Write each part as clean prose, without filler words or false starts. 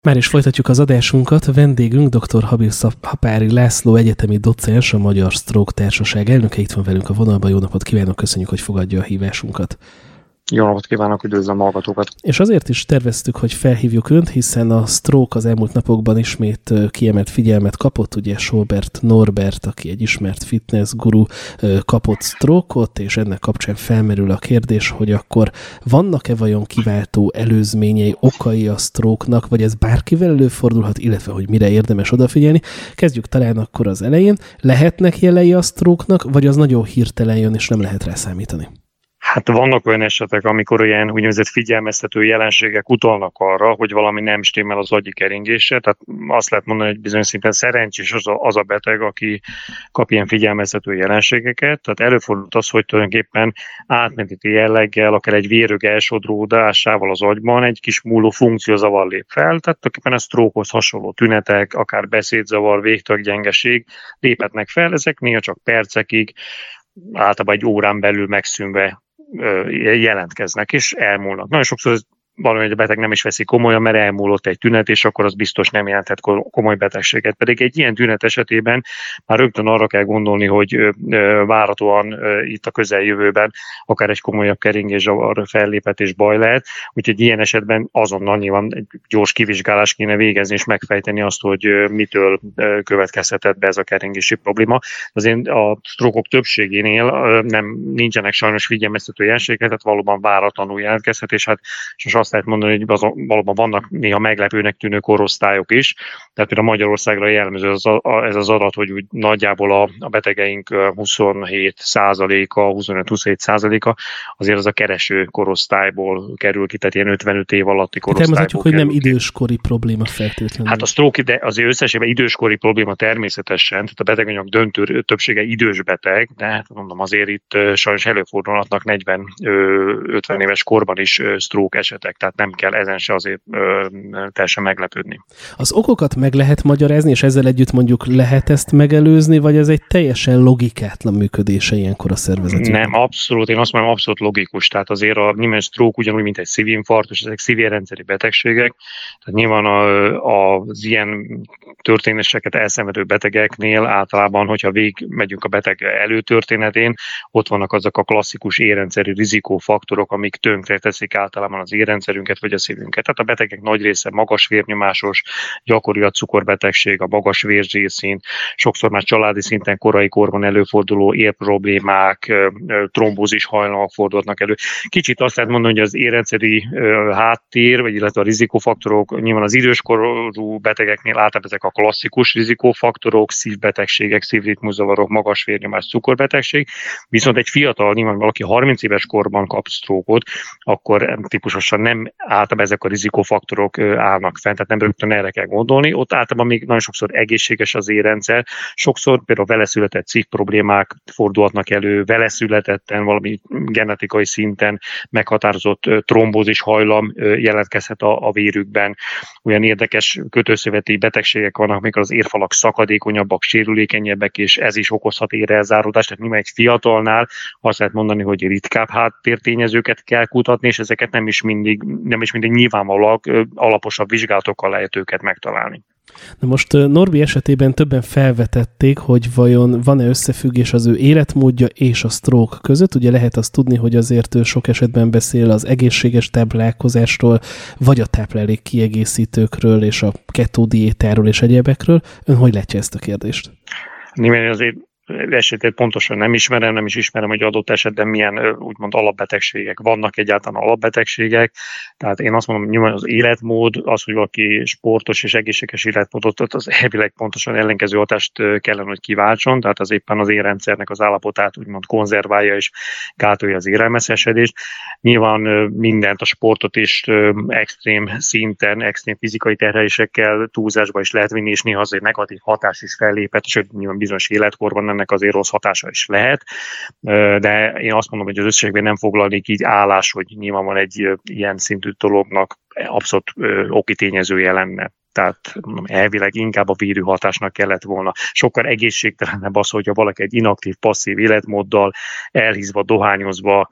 Már is folytatjuk az adásunkat. Vendégünk dr. Habér László egyetemi docens, a Magyar Stroke Társaság elnöke. Itt van velünk a vonalban. Jó napot kívánok, köszönjük, hogy fogadja a hívásunkat. Jó napot kívánok, üdvözlöm a hallgatókat. És azért is terveztük, hogy felhívjuk Önt, hiszen a stroke az elmúlt napokban ismét kiemelt figyelmet kapott. Ugye Solbert Norbert, aki egy ismert fitness guru, kapott stroke-ot, és ennek kapcsán felmerül a kérdés, hogy akkor vannak-e vajon kiváltó előzményei, okai a stroke-nak, vagy ez bárkivel előfordulhat, illetve hogy mire érdemes odafigyelni. Kezdjük talán akkor az elején. Lehetnek jelei a stroke-nak, vagy az nagyon hirtelen jön, és nem lehet rá számítani? Hát vannak olyan esetek, amikor olyan úgynevezett figyelmeztető jelenségek utalnak arra, hogy valami nem stimmel az agyi keringése. Tehát azt lehet mondani, hogy bizonyos szinten szerencsés az a beteg, aki kap ilyen figyelmeztető jelenségeket. Tehát előfordult az, hogy tulajdonképpen átmeneti jelleggel, akár egy vérög elsodródásával az agyban egy kis múló funkciózavar lép fel. Tehát tulajdonképpen a stroke-hoz hasonló tünetek, akár beszédzavar, végtaggyengeség léphetnek fel. Ezek néha csak percekig, általában egy órán belül megszűnve jelentkeznek, és elmúlnak. Nagyon sokszor valami a beteg nem is veszi komolyan, mert elmúlott egy tünet, és akkor az biztos nem jelenthet komoly betegséget. Pedig egy ilyen tünet esetében már rögtön arra kell gondolni, hogy várhatóan itt a közeljövőben akár egy komolyabb keringészavar fellépett baj lehet. Úgyhogy ilyen esetben azonnal nyilván egy gyors kivizsgálást kéne végezni, és megfejteni azt, hogy mitől következhetett be ez a keringési probléma. Azért a stroke-ok többségénél nincsenek sajnos figyelmeztető jelenségek, tehát valóban váratlanul jelentkezhet, és hát azt lehet mondani, hogy valóban vannak néha meglepőnek tűnő korosztályok is. Tehát például Magyarországra jellemző ez az adat, hogy úgy nagyjából a betegeink 27%-a, 25-27%-a azért az a kereső korosztályból kerül ki, tehát ilyen 55 év alatti korosztályból. Természetesen, hogy nem időskori probléma feltétlenül. Hát a stroke, de azért összességében időskori probléma természetesen, tehát a beteganyag döntő többsége idős beteg, de hát mondom azért itt sajnos előfordulhatnak 40-50 éves korban is stroke esetek, tehát nem kell ezen se azért teljesen meglepődni. Az okokat meg lehet magyarázni, és ezzel együtt mondjuk lehet ezt megelőzni, vagy ez egy teljesen logikátlan működése ilyenkor a szervezetben? Nem, abszolút, én azt mondom, abszolút logikus. Tehát azért a nyilván stroke ugyanúgy, mint egy szívinfarktus, ezek szívérrendszeri betegségek. Tehát nyilván az ilyen történéseket elszenvedő betegeknél általában, hogyha végigmegyünk a beteg előtörténetén, ott vannak azok a klasszikus érrendszeri rizikófaktorok, amik tönkre teszik általában az érrendszerünket vagy a szívünket. Tehát a betegek nagy része magas vérnyomásos, gyakori a cukorbetegség, a magas vérzsírszint, sokszor már családi szinten korai korban előforduló érproblémák, trombózis hajlamok fordulnak elő. Kicsit azt lehet mondani, hogy az érrendszeri háttér, vagy illetve a rizikófaktorok, nyilván az időskorú betegeknél általában ezek a klasszikus rizikófaktorok, szívbetegségek, szívritmuszavarok, magas vérnyomás, cukorbetegség, viszont egy fiatal, nyilván valaki 30 éves korban kap stroke-ot, akkor típusosan nem általában ezek a rizikófaktorok állnak fent, tehát nem rögtön erre kell gondolni. Ott általában még nagyon sokszor egészséges az érrendszer, sokszor például vele született szívproblémák fordulhatnak elő, vele születetten valami genetikai szinten meghatározott trombózis hajlam jelentkezhet a vérükben. Olyan érdekes kötőszöveti betegségek vannak, amikor az érfalak szakadékonyabbak, sérülékenyebbek, és ez is okozhat érrelzáródást. Tehát nyilván egy fiatalnál azt lehet mondani, hogy ritkább háttértényezőket kell kutatni, és ezeket nem is mindig nyilvánvalóan alaposabb vizsgálatokkal lehet őket megtalálni. Na most Norbi esetében többen felvetették, hogy vajon van-e összefüggés az ő életmódja és a stroke között. Ugye lehet azt tudni, hogy azért ő sok esetben beszél az egészséges táplálkozásról, vagy a táplálék kiegészítőkről, és a keto diétáról és egyebekről. Ön hogy látja ezt a kérdést? Nyilván azért esetét pontosan nem is ismerem, hogy adott esetben milyen úgymond alapbetegségek vannak, egyáltalán alapbetegségek. Tehát én azt mondom, nyilván az életmód, az, hogy valaki sportos és egészséges életmódot, az elvileg pontosan ellenkező hatást kellene, hogy kiváltson, tehát az éppen az érrendszernek az állapotát úgymond konzerválja és gátolja az érelmeszesedést. Nyilván mindent, a sportot is extrém szinten, extrém fizikai terhelésekkel túlzásba is lehet vinni, és néha azért negatív hatás is felléphet, sőt nyilván bizonyos életkorban ennek azért rossz hatása is lehet, de én azt mondom, hogy az összességben nem foglalnék így állás, hogy nyilván van egy ilyen szintű dolognak abszolút oki tényezője lenne. Tehát elvileg inkább a vírű hatásnak kellett volna. Sokkal egészségtelenebb az, hogyha valaki egy inaktív, passzív életmóddal, elhízva, dohányozva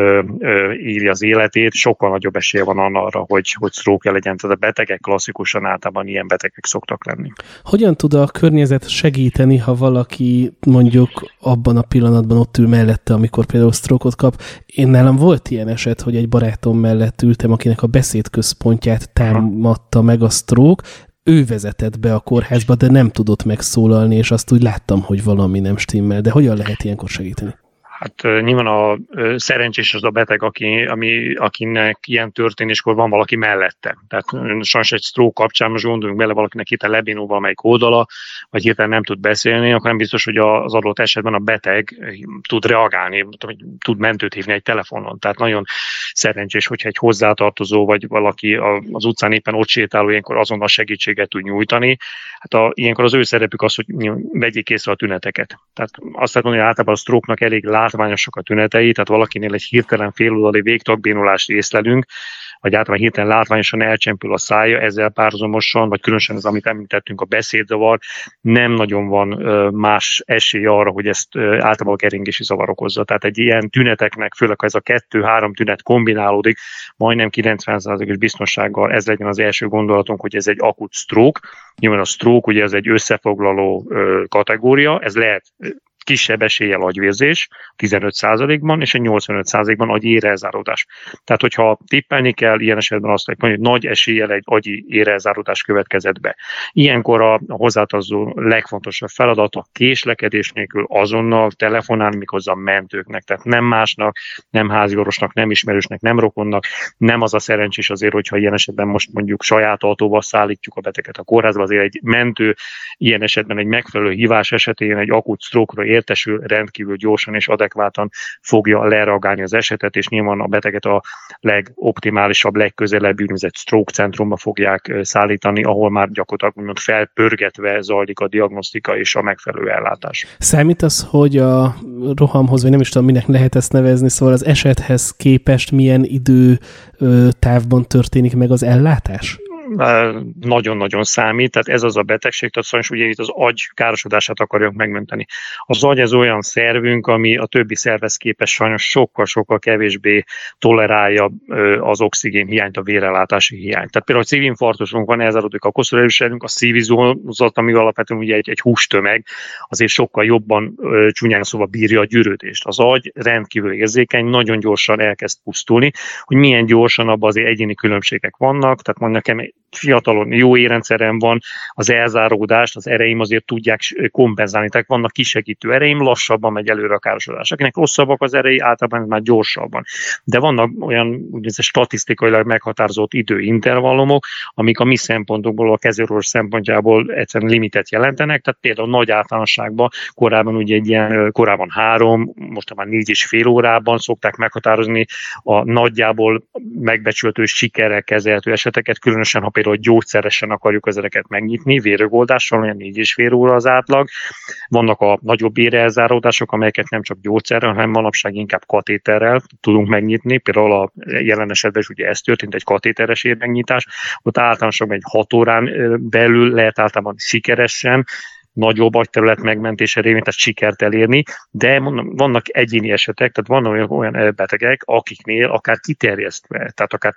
írja az életét, sokkal nagyobb esélye van arra, hogy stroke legyen. Tehát a betegek klasszikusan általában ilyen betegek szoktak lenni. Hogyan tud a környezet segíteni, ha valaki mondjuk abban a pillanatban ott ül mellette, amikor például stroke-ot kap? Én nálam volt ilyen eset, hogy egy barátom mellett ültem, akinek a beszédközpontját támadta meg a stroke. Ő vezetett be a kórházba, de nem tudott megszólalni, és azt úgy láttam, hogy valami nem stimmel. De hogyan lehet ilyenkor segíteni? Hát nyilván a szerencsés az a beteg, akinek ilyen történéskor van valaki mellette. Tehát sajnos egy stroke kapcsán most gondoljunk bele, valakinek hirtelen lebénul valamelyik oldala, vagy hirtelen nem tud beszélni, akkor nem biztos, hogy az adott esetben a beteg tud reagálni, tud mentőt hívni egy telefonon. Tehát nagyon szerencsés, hogyha egy hozzátartozó, vagy valaki az utcán éppen ott sétáló, ilyenkor azonnal segítséget tud nyújtani. Hát ilyenkor az ő szerepük az, hogy vegyék észre a tüneteket. Tehát azt lehet mondani, hogy általában a stroke-nak elég látványosak a tünetei, tehát valakinél egy hirtelen féloldali végtagbénulást észlelünk, vagy általában hirtelen látványosan elcsempül a szája, ezzel párhuzamosan, vagy különösen az, amit említettünk, a beszédzavar, nem nagyon van más esély arra, hogy ezt általában a keringési zavar okozza. Tehát egy ilyen tüneteknek, főleg ha ez a 2-3 tünet kombinálódik, majdnem 90%-os biztonsággal ez legyen az első gondolatunk, hogy ez egy akut stroke. Nyilván a stroke ugye ez egy összefoglaló kategória, ez lehet kisebb eséllyel agyvérzés, 15%-ban, és egy 85%-ban agyi érelzáródás. Tehát, hogyha tippelni kell, ilyen esetben azt mondjuk, hogy nagy eséllyel egy agyi érelzáródás következett be. Ilyenkor a hozzátartozó legfontosabb feladat a késlekedés nélkül azonnal telefonálni méghozzá a mentőknek. Tehát nem másnak, nem háziorvosnak, nem ismerősnek, nem rokonnak, nem az a szerencsés azért, hogyha ilyen esetben most mondjuk saját autóval szállítjuk a beteget a kórházba, azért egy mentő ilyen esetben egy megfelelő hívás esetén egy akut stroke-ra értesül, rendkívül gyorsan és adekvátan fogja lereagálni az esetet, és nyilván a beteget a legoptimálisabb, legközelebbi úgynevezett stroke centrumba fogják szállítani, ahol már gyakorlatilag úgymond felpörgetve zajlik a diagnosztika és a megfelelő ellátás. Számít az, hogy a rohamhoz, vagy nem is tudom, minek lehet ezt nevezni, szóval az esethez képest milyen időtávban történik meg az ellátás? Nagyon-nagyon számít, tehát ez az a betegség, tehát sajnos ugye itt az agy károsodását akarjuk megmenteni. Az agy ez olyan szervünk, ami a többi szervhez képest sajnos sokkal-sokkal kevésbé tolerálja az oxigén hiányt, a vérellátási hiányt. Tehát például, hogy szívinfarktusunk van, elzáródik a koszorúerősségünk, a szívizomzat, ami alapvetően ugye egy hústömeg, azért sokkal jobban csúnyán szóval bírja a gyűrődést. Az agy rendkívül érzékeny, nagyon gyorsan elkezd pusztulni, hogy milyen gyorsan abban azért egyéni különbségek vannak, tehát mondjuk nekem fiatalon jó érrendszerem van, az elzáródást, az ereim azért tudják kompenzálni, tehát vannak kisegítő ereim, lassabban megy előre a károsodás. Akinek rosszabbak az erei, általában már gyorsabban. De vannak olyan statisztikailag meghatározott időintervallumok, amik a mi szempontokból, a kezelőorvos szempontjából egyszerűen limitet jelentenek, tehát például nagy általánosságban korábban ugye egy ilyen, korábban 3, most már 4,5 órában szokták meghatározni a nagyjából megbecsülhető sikerrel kezelhető eseteket, különösen ha például gyógyszeresen akarjuk ezeket megnyitni, vérrögoldással, olyan 4,5 óra az átlag. Vannak a nagyobb érelzáródások, amelyeket nem csak gyógyszerrel, hanem manapság inkább katéterrel tudunk megnyitni. Például a jelen esetben is ugye ez történt, egy katéteres érmegnyitás. Ott általánosan egy 6 órán belül lehet általában sikeresen nagyobb agyterület megmentése révén, tehát sikert elérni, de mondom, vannak egyéni esetek, tehát vannak olyan betegek, akiknél akár kiterjesztve, tehát akár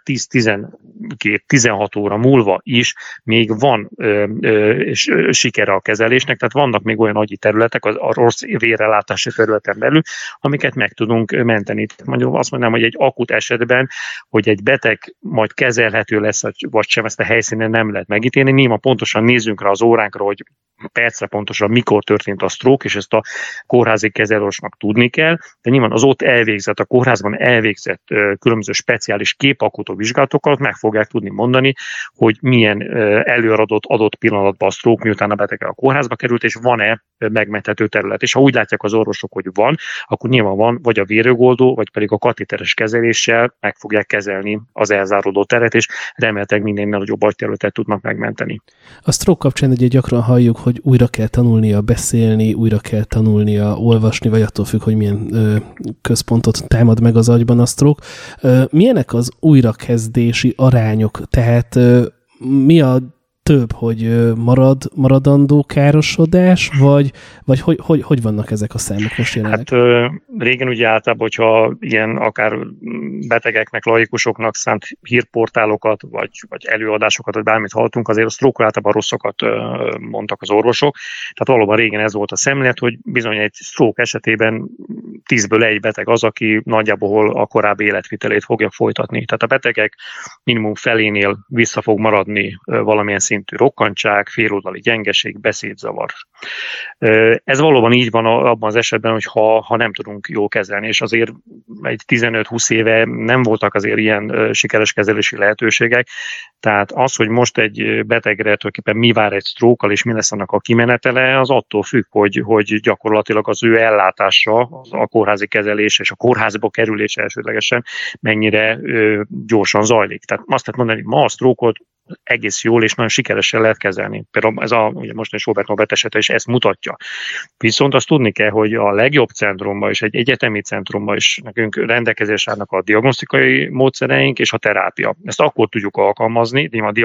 10-12-16 óra múlva is még van sikere a kezelésnek, tehát vannak még olyan agyi területek a rossz vérellátási területen belül, amiket meg tudunk menteni. Mondjuk azt mondanám, hogy egy akut esetben, hogy egy beteg majd kezelhető lesz, vagy sem, ezt a helyszínen nem lehet megítélni. Nyilván pontosan nézzünk rá az óránkra, hogy percre pontosan mikor történt a stroke, és ezt a kórházi kezelőorvosnak tudni kell, de nyilván az ott elvégzett, a kórházban elvégzett különböző speciális képalkotó vizsgálatokat meg fogják tudni mondani, hogy milyen előadott adott pillanatban a stroke, miután a beteg a kórházba került, és van-e megmenthető terület. És ha úgy látják az orvosok, hogy van, akkor nyilván van, vagy a vérrögoldó, vagy pedig a katéteres kezeléssel meg fogják kezelni az elzáródó teret, és remélhetőleg mindennél nagyobb agyterületet tudnak megmenteni. A stroke kapcsán ugye gyakran halljuk, hogy hogy újra kell tanulnia beszélni, újra kell tanulnia olvasni, vagy attól függ, hogy milyen központot támad meg az agyban a stroke. Milyenek az újrakezdési arányok? Tehát mi a több, hogy maradandó károsodás, vagy hogy vannak ezek a számok most jelenleg? Hát régen ugye általában, hogyha ilyen akár betegeknek, laikusoknak szánt hírportálokat, vagy előadásokat, vagy bármit hallottunk, azért a stroke általában rosszakat mondtak az orvosok. Tehát valóban régen ez volt a szemlélet, hogy bizony egy stroke esetében 10-ből 1 beteg az, aki nagyjából a korábbi életvitelét fogja folytatni. Tehát a betegek minimum felénél vissza fog maradni valamilyen szintű rokkantság, féloldali gyengeség, beszédzavar. Ez valóban így van abban az esetben, hogy ha nem tudunk jól kezelni, és azért egy 15-20 éve nem voltak azért ilyen sikeres kezelési lehetőségek, tehát az, hogy most egy betegre tulajdonképpen mi vár egy sztrókkal, és mi lesz annak a kimenetele, az attól függ, hogy gyakorlatilag az ő ellátása, a kórházi kezelés és a kórházba kerülés elsődlegesen mennyire gyorsan zajlik. Tehát azt lehet mondani, hogy ma a sztrókot egész jól és nagyon sikeresen lehet kezelni. Például ez ugye most egy Robert Norbert esete is ezt mutatja. Viszont azt tudni kell, hogy a legjobb centrumban és egy egyetemi centrumban is nekünk rendelkezésre állnak a diagnosztikai módszereink és a terápia. Ezt akkor tudjuk alkalmazni,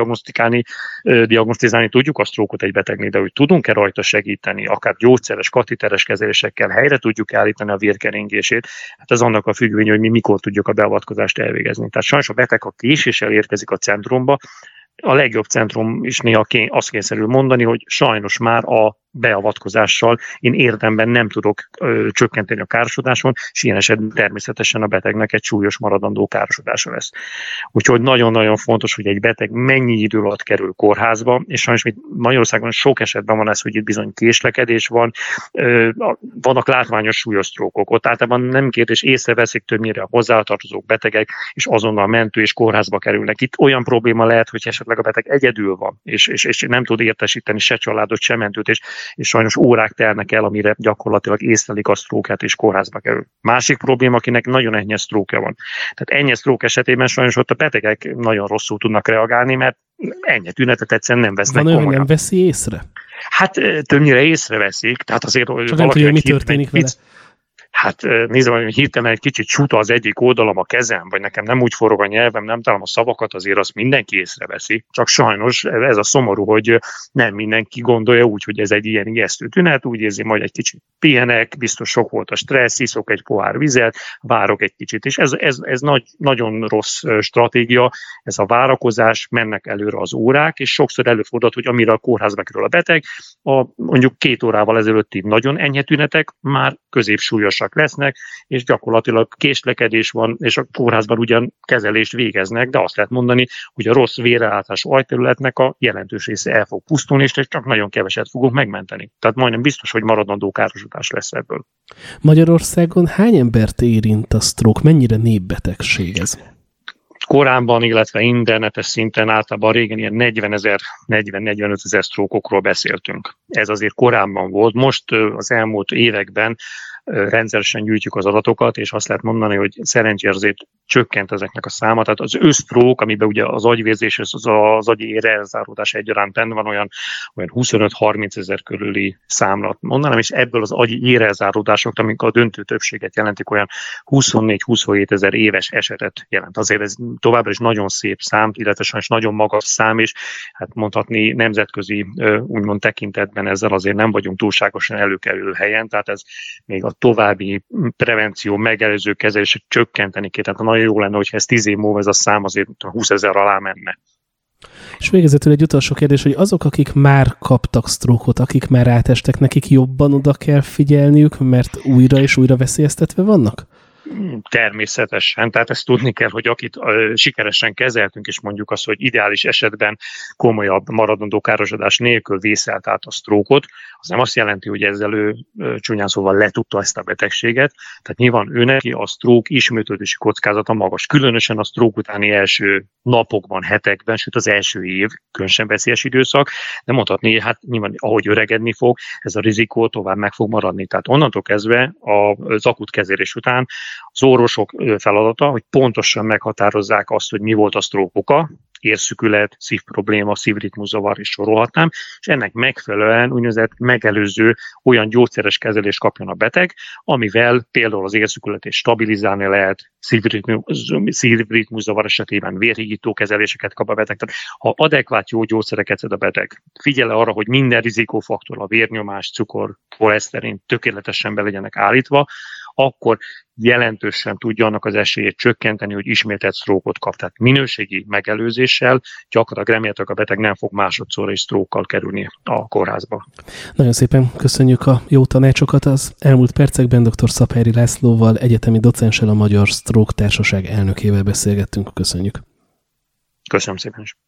diagnosztizálni tudjuk a sztrókot egy betegnél, de hogy tudunk-e rajta segíteni, akár gyógyszeres, katiteres kezelésekkel helyre tudjuk állítani a vérkeringését, hát ez annak a függvény, hogy mi mikor tudjuk a beavatkozást elvégezni. Tehát sajnos a beteg, ha késéssel érkezik a centrumba, a legjobb centrum is néha azt kényszerül mondani, hogy sajnos már a beavatkozással én érdemben nem tudok csökkenteni a károsodáson, és ilyen esetben természetesen a betegnek egy súlyos maradandó károsodása lesz. Úgyhogy nagyon-nagyon fontos, hogy egy beteg mennyi idő alatt kerül kórházba, és sajnos Magyarországon sok esetben van ez, hogy itt bizony késlekedés van, vannak látványos súlyos sztrókok. Ott általában nem kérdés, észreveszik többnyire a hozzátartozók, betegek, és azonnal mentő és kórházba kerülnek. Itt olyan probléma lehet, hogy esetleg a beteg egyedül van, és nem tud értesíteni se családot, se mentőt, és sajnos órák telnek el, amire gyakorlatilag észlelik a sztrókját és kórházba kerül. Másik probléma, akinek nagyon enyhe sztrókja van. Tehát enyhe sztrók esetében sajnos ott a betegek nagyon rosszul tudnak reagálni, mert enyhe tünetet egyszerűen nem vesznek komolyan. Van, nem veszi észre? Hát többnyire észreveszik, tehát azért csak nem tudja, mi történik vele. Hát nézem, hogy hirtelen egy kicsit csuta az egyik oldalam a kezem, vagy nekem nem úgy forog a nyelvem, nem találom a szavakat, azért azt mindenki észreveszi. Csak sajnos ez a szomorú, hogy nem mindenki gondolja úgy, hogy ez egy ilyen ijesztő tünet, úgy érzi, majd egy kicsit pihenek, biztos sok volt a stressz, iszok egy pohár vizet, várok egy kicsit. És ez nagyon rossz stratégia, ez a várakozás, mennek előre az órák, és sokszor előfordul, hogy amire a kórházba kerül a beteg, mondjuk 2 órával ezelőtti nagyon enyhe tünetek már középsúlyosak lesznek, és gyakorlatilag késlekedés van, és a kórházban ugyan kezelést végeznek, de azt lehet mondani, hogy a rossz vérellátású agyterületnek a jelentős része el fog pusztulni, és csak nagyon keveset fogunk megmenteni. Tehát majdnem biztos, hogy maradandó károsodás lesz ebből. Magyarországon hány embert érint a sztrók? Mennyire népbetegség ez? Korábban, illetve internetes szinten általában régen ilyen 40-45 ezer sztrókokról beszéltünk. Ez azért korábban volt. Most az elmúlt években rendszeresen gyűjtjük az adatokat, és azt lehet mondani, hogy szerencsére azért csökkent ezeknek a száma. Tehát az ősztrók, amiben ugye az agyvérzés és az agyi érelzáródás egyaránt benne van, olyan 25-30 ezer körüli számra mondanám, és ebből az agyi érelzáródások, amik a döntő többséget jelentik, olyan 24-27 ezer éves esetet jelent. Azért ez továbbra is nagyon szép szám, illetve sajnos nagyon magas szám, és hát mondhatni nemzetközi úgymond tekintetben ezzel azért nem vagyunk túlságosan előkerülő helyen, tehát ez még a további prevenció, megelőző kezelés csökkenteni kell. Tehát nagyon jó lenne, hogyha ez 10 év múlva ez a szám azért 20 ezer alá menne. És végezetül egy utolsó kérdés, hogy azok, akik már kaptak sztrókot, akik már átestek, nekik jobban oda kell figyelniük, mert újra és újra veszélyeztetve vannak? Természetesen, tehát ezt tudni kell, hogy akit sikeresen kezeltünk, és mondjuk azt, hogy ideális esetben komolyabb maradandó károsodás nélkül vészelt át a sztrókot, az nem azt jelenti, hogy ezzel ő csúnyán szóval letudta ezt a betegséget, tehát nyilván őneki a sztrók ismétlődési kockázata magas, különösen a sztrók utáni első napokban, hetekben, sőt az első év különösen veszélyes időszak, de mondhatni, hát nyilván ahogy öregedni fog, ez a rizikó tovább meg fog maradni. Tehát onnantól kezdve az akut kezelés után az orvosok feladata, hogy pontosan meghatározzák azt, hogy mi volt a sztrók oka, érszükület, szívprobléma, szívritmuszavar is sorolhatnám, és ennek megfelelően úgynevezett megelőző olyan gyógyszeres kezelést kapjon a beteg, amivel például az érszükületét stabilizálni lehet, szívritmuszavar esetében vérhigító kezeléseket kap a beteg. Tehát, ha adekvát jó gyógyszereket szed a beteg, figyel arra, hogy minden rizikófaktor, a vérnyomás, cukor, koleszterin tökéletesen be legyenek állítva, akkor jelentősen tudja annak az esélyét csökkenteni, hogy ismételt sztrókot kap. Tehát minőségi megelőzéssel gyakorlatilag remélhetőleg a beteg nem fog másodszorra is sztrókkal kerülni a kórházba. Nagyon szépen köszönjük a jó tanácsokat. Az elmúlt percekben dr. Szapháry Lászlóval, egyetemi docenssel, a Magyar Stroke Társaság elnökével beszélgettünk. Köszönjük. Köszönöm szépen is.